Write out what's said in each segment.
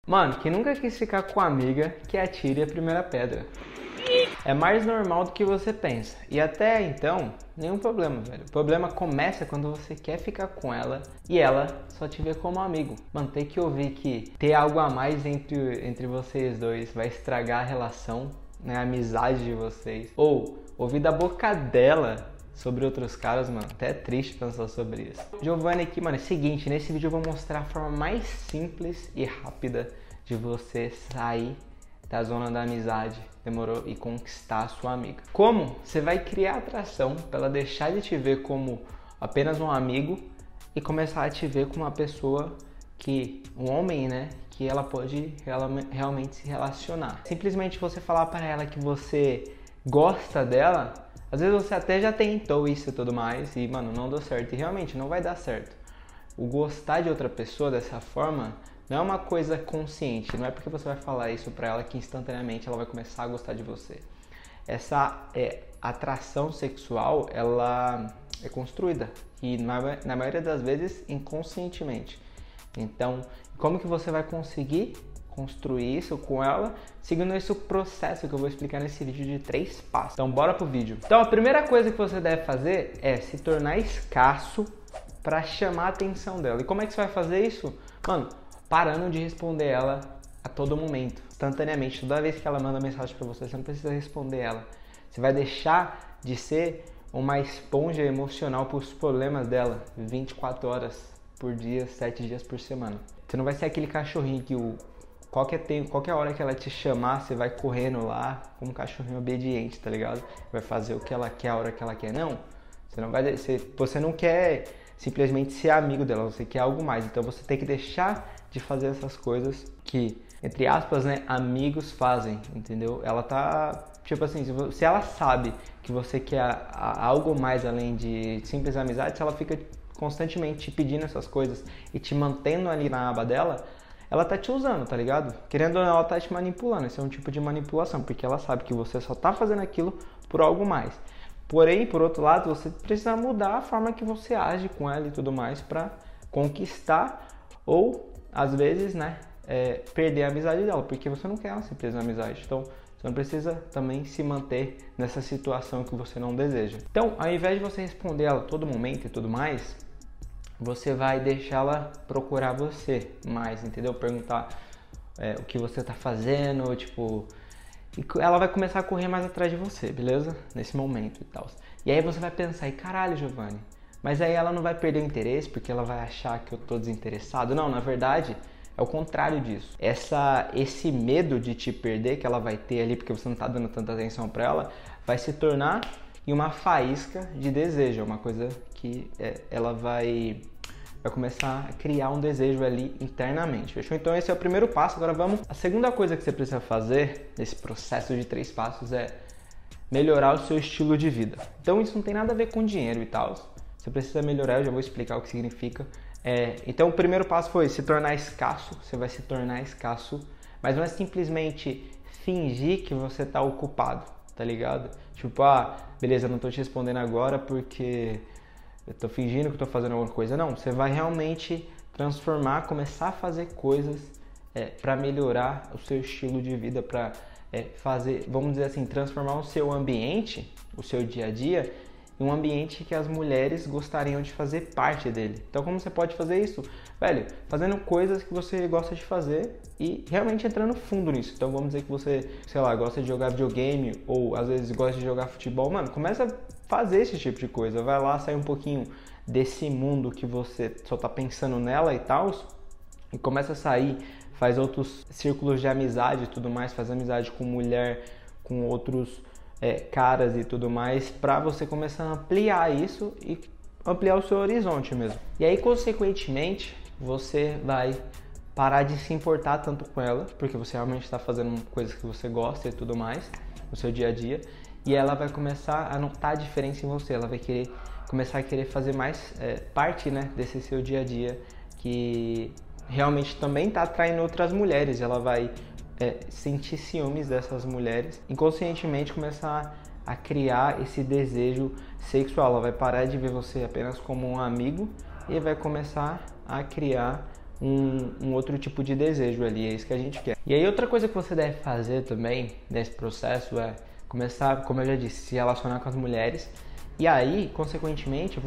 Mano, quem nunca quis ficar com uma amiga que atire a primeira pedra? É mais normal do que você pensa. E até então, nenhum problema, velho. O problema começa quando você quer ficar com ela e ela só te vê como amigo. Mano, tem que ouvir que ter algo a mais entre vocês dois vai estragar a relação, né? A amizade de vocês. Ou ouvir da boca dela sobre outros caras, mano, até é triste pensar sobre isso. Giovanni aqui, mano, é o seguinte, nesse vídeo eu vou mostrar a forma mais simples e rápida de você sair da zona da amizade, demorou? E conquistar a sua amiga. Como você vai criar atração para ela deixar de te ver como apenas um amigo e começar a te ver como uma pessoa que, um homem, né, que ela pode realmente se relacionar. Simplesmente você falar para ela que você gosta dela. Às vezes você até já tentou isso e tudo mais e, mano, não deu certo. E realmente não vai dar certo. O gostar de outra pessoa dessa forma não é uma coisa consciente. Não é porque você vai falar isso pra ela que instantaneamente ela vai começar a gostar de você. Essa atração sexual, ela é construída. E na maioria das vezes, inconscientemente. Então, como que você vai conseguir construir isso com ela, seguindo esse processo que eu vou explicar nesse vídeo de 3 passos. Então bora pro vídeo. Então a primeira coisa que você deve fazer é se tornar escasso para chamar a atenção dela. E como é que você vai fazer isso? Mano, parando de responder ela a todo momento, instantaneamente. Toda vez que ela manda mensagem para você, você não precisa responder ela. Você vai deixar de ser uma esponja emocional para os problemas dela 24 horas por dia, 7 dias por semana. Você não vai ser aquele cachorrinho que qualquer hora que ela te chamar, você vai correndo lá como um cachorrinho obediente, tá ligado? Vai fazer o que ela quer, a hora que ela quer. Não, você não quer simplesmente ser amigo dela, você quer algo mais. Então você tem que deixar de fazer essas coisas que, entre aspas, né, amigos fazem, entendeu? Ela tá, tipo assim, se ela sabe que você quer algo mais além de simples amizade, se ela fica constantemente te pedindo essas coisas e te mantendo ali na aba dela, ela tá te usando, tá ligado? Querendo ou não, ela tá te manipulando. Esse é um tipo de manipulação, porque ela sabe que você só tá fazendo aquilo por algo mais. Porém, por outro lado, você precisa mudar a forma que você age com ela e tudo mais pra conquistar ou, às vezes, né, perder a amizade dela, porque você não quer uma simples amizade. Então, você não precisa também se manter nessa situação que você não deseja. Então, ao invés de você responder ela a todo momento e tudo mais, você vai deixá-la procurar você mais, entendeu? Perguntar o que você tá fazendo, tipo... E ela vai começar a correr mais atrás de você, beleza? Nesse momento e tal. E aí você vai pensar, e caralho, Giovanni, mas aí ela não vai perder o interesse porque ela vai achar que eu tô desinteressado? Não, na verdade, é o contrário disso. Esse medo de te perder que ela vai ter ali porque você não tá dando tanta atenção pra ela, vai se tornar em uma faísca de desejo, é uma coisa que ela vai começar a criar um desejo ali internamente, fechou? Então esse é o primeiro passo. Agora vamos... A segunda coisa que você precisa fazer nesse processo de 3 passos é melhorar o seu estilo de vida. Então isso não tem nada a ver com dinheiro e tal, você precisa melhorar, eu já vou explicar o que significa. Então o primeiro passo foi se tornar escasso, você vai se tornar escasso, mas não é simplesmente fingir que você tá ocupado, tá ligado? Tipo, beleza, eu não tô te respondendo agora porque eu tô fingindo que eu tô fazendo alguma coisa. Não, você vai realmente transformar, começar a fazer coisas para melhorar o seu estilo de vida, para fazer, vamos dizer assim, transformar o seu ambiente, o seu dia a dia, em um ambiente que as mulheres gostariam de fazer parte dele. Então como você pode fazer isso? Velho, fazendo coisas que você gosta de fazer e realmente entrando fundo nisso. Então vamos dizer que você, sei lá, gosta de jogar videogame ou às vezes gosta de jogar futebol. Mano, começa a fazer esse tipo de coisa. Vai lá, sai um pouquinho desse mundo que você só tá pensando nela e tal, e começa a sair, faz outros círculos de amizade e tudo mais, faz amizade com mulher, com outros caras e tudo mais, pra você começar a ampliar isso e ampliar o seu horizonte mesmo. E aí, consequentemente, você vai parar de se importar tanto com ela, porque você realmente está fazendo coisas que você gosta e tudo mais no seu dia a dia, e ela vai começar a notar a diferença em você, ela vai começar a querer fazer mais parte, né, desse seu dia a dia, que realmente também está atraindo outras mulheres. Ela vai sentir ciúmes dessas mulheres, inconscientemente começar a criar esse desejo sexual. Ela vai parar de ver você apenas como um amigo e vai começar a criar um outro tipo de desejo ali, é isso que a gente quer. E aí outra coisa que você deve fazer também nesse processo é começar, como eu já disse, se relacionar com as mulheres. E aí, consequentemente,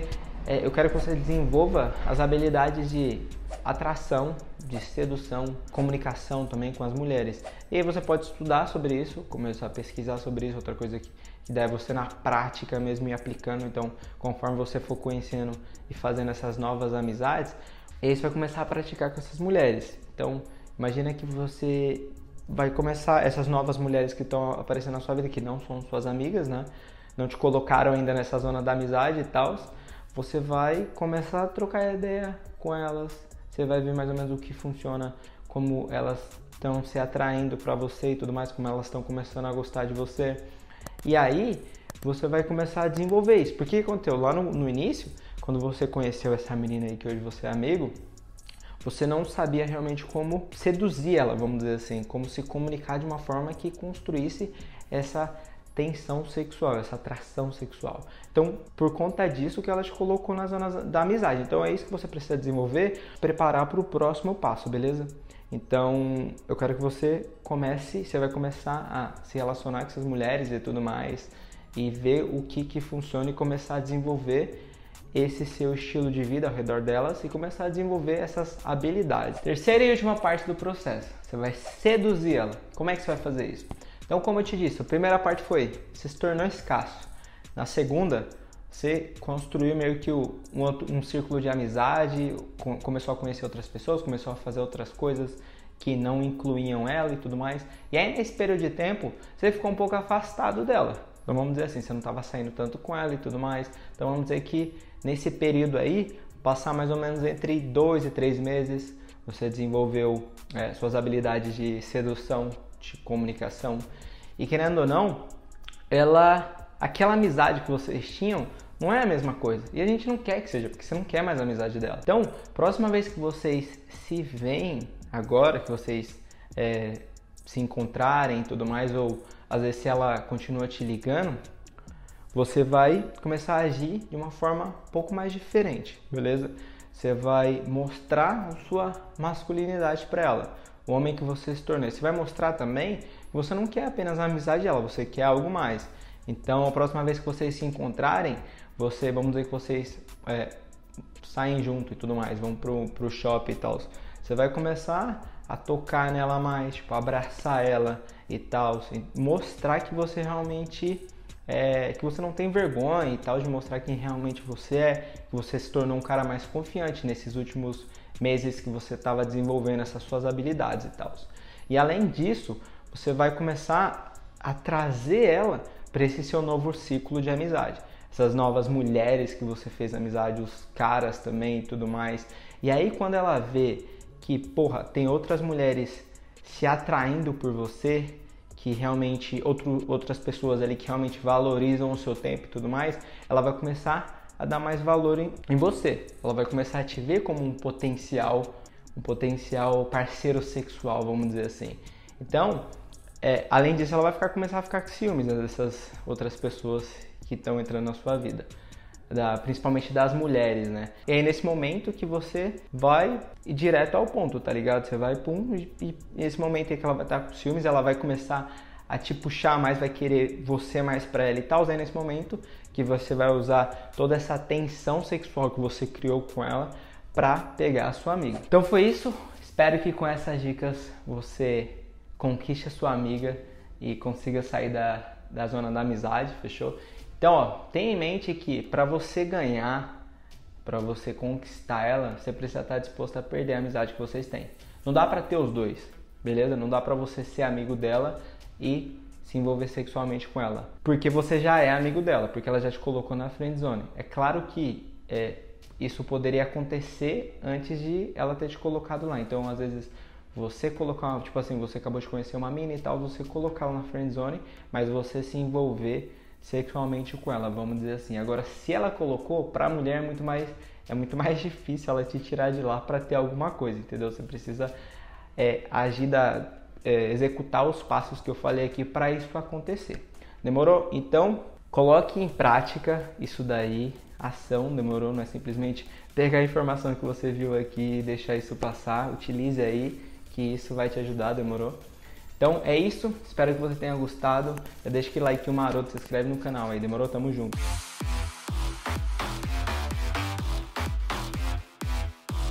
eu quero que você desenvolva as habilidades de atração, de sedução, comunicação também com as mulheres. E aí você pode estudar sobre isso, começar a pesquisar sobre isso, outra coisa que deve você na prática mesmo ir aplicando. Então, conforme você for conhecendo e fazendo essas novas amizades, aí você vai começar a praticar com essas mulheres. Então, imagina que você vai começar, essas novas mulheres que estão aparecendo na sua vida, que não são suas amigas, né? Não te colocaram ainda nessa zona da amizade e tal, você vai começar a trocar ideia com elas, você vai ver mais ou menos o que funciona, como elas estão se atraindo para você e tudo mais, como elas estão começando a gostar de você. E aí, você vai começar a desenvolver isso. Porque o que aconteceu? Lá no início, quando você conheceu essa menina aí que hoje você é amigo, você não sabia realmente como seduzir ela, vamos dizer assim, como se comunicar de uma forma que construísse essa tensão sexual, essa atração sexual. Então, por conta disso que ela te colocou na zona da amizade. Então, é isso que você precisa desenvolver, preparar para o próximo passo, beleza? Então, eu quero que você vai começar a se relacionar com essas mulheres e tudo mais, e ver o que funciona e começar a desenvolver esse seu estilo de vida ao redor delas e começar a desenvolver essas habilidades. Terceira e última parte do processo, você vai seduzir ela. Como é que você vai fazer isso? Então, como eu te disse, a primeira parte foi, você se tornou escasso. Na segunda, você construiu meio que um círculo de amizade, começou a conhecer outras pessoas, começou a fazer outras coisas que não incluíam ela e tudo mais. E aí, nesse período de tempo, você ficou um pouco afastado dela. Então, vamos dizer assim, você não estava saindo tanto com ela e tudo mais. Então, vamos dizer que nesse período aí, passar mais ou menos entre 2 e 3 meses, você desenvolveu suas habilidades de sedução, de comunicação. E querendo ou não, aquela amizade que vocês tinham não é a mesma coisa. E a gente não quer que seja, porque você não quer mais a amizade dela. Então, próxima vez que vocês se veem, agora que vocês se encontrarem e tudo mais, ou às vezes se ela continua te ligando, você vai começar a agir de uma forma um pouco mais diferente, beleza? Você vai mostrar a sua masculinidade para ela, o homem que você se tornou. Você vai mostrar também que você não quer apenas a amizade dela, você quer algo mais. Então, a próxima vez que vocês se encontrarem, vamos dizer que vocês saem junto e tudo mais, vão pro shopping e tal. Você vai começar a tocar nela mais, tipo, abraçar ela e tal, mostrar que você realmente que você não tem vergonha e tal, de mostrar quem realmente você é, que você se tornou um cara mais confiante nesses últimos meses que você estava desenvolvendo essas suas habilidades e tal. E além disso, você vai começar a trazer ela para esse seu novo ciclo de amizade. Essas novas mulheres que você fez amizade, os caras também e tudo mais. E aí quando ela vê que, tem outras mulheres se atraindo por você, que realmente, outras pessoas ali que realmente valorizam o seu tempo e tudo mais, ela vai começar a dar mais valor em você. Ela vai começar a te ver como um potencial parceiro sexual, vamos dizer assim. Então, além disso, ela vai começar a ficar com ciúmes dessas outras pessoas que estão entrando na sua vida. Principalmente das mulheres, né? E aí nesse momento que você vai direto ao ponto, tá ligado? Você vai, e nesse momento aí que ela vai estar com ciúmes, ela vai começar a te puxar mais, vai querer você mais pra ela e tal. Aí nesse momento que você vai usar toda essa tensão sexual que você criou com ela pra pegar a sua amiga. Então foi isso. Espero que com essas dicas você conquiste a sua amiga e consiga sair da zona da amizade, fechou? Então, tenha em mente que para você ganhar, para você conquistar ela, você precisa estar disposto a perder a amizade que vocês têm. Não dá para ter os dois, beleza? Não dá para você ser amigo dela e se envolver sexualmente com ela, porque você já é amigo dela, porque ela já te colocou na friend zone. É claro que isso poderia acontecer antes de ela ter te colocado lá. Então, às vezes, você colocar, tipo assim, você acabou de conhecer uma mina e tal, você colocar ela na friend zone, mas você se envolver sexualmente com ela, vamos dizer assim. Agora, se ela colocou, pra mulher é muito mais difícil ela te tirar de lá pra ter alguma coisa, entendeu? Você precisa executar os passos que eu falei aqui pra isso acontecer. Demorou? Então, coloque em prática isso daí, ação, demorou? Não é simplesmente pegar a informação que você viu aqui e deixar isso passar. Utilize aí, que isso vai te ajudar, demorou? Então é isso, espero que você tenha gostado. Já deixa aquele like maroto, se inscreve no canal aí, demorou? Tamo junto!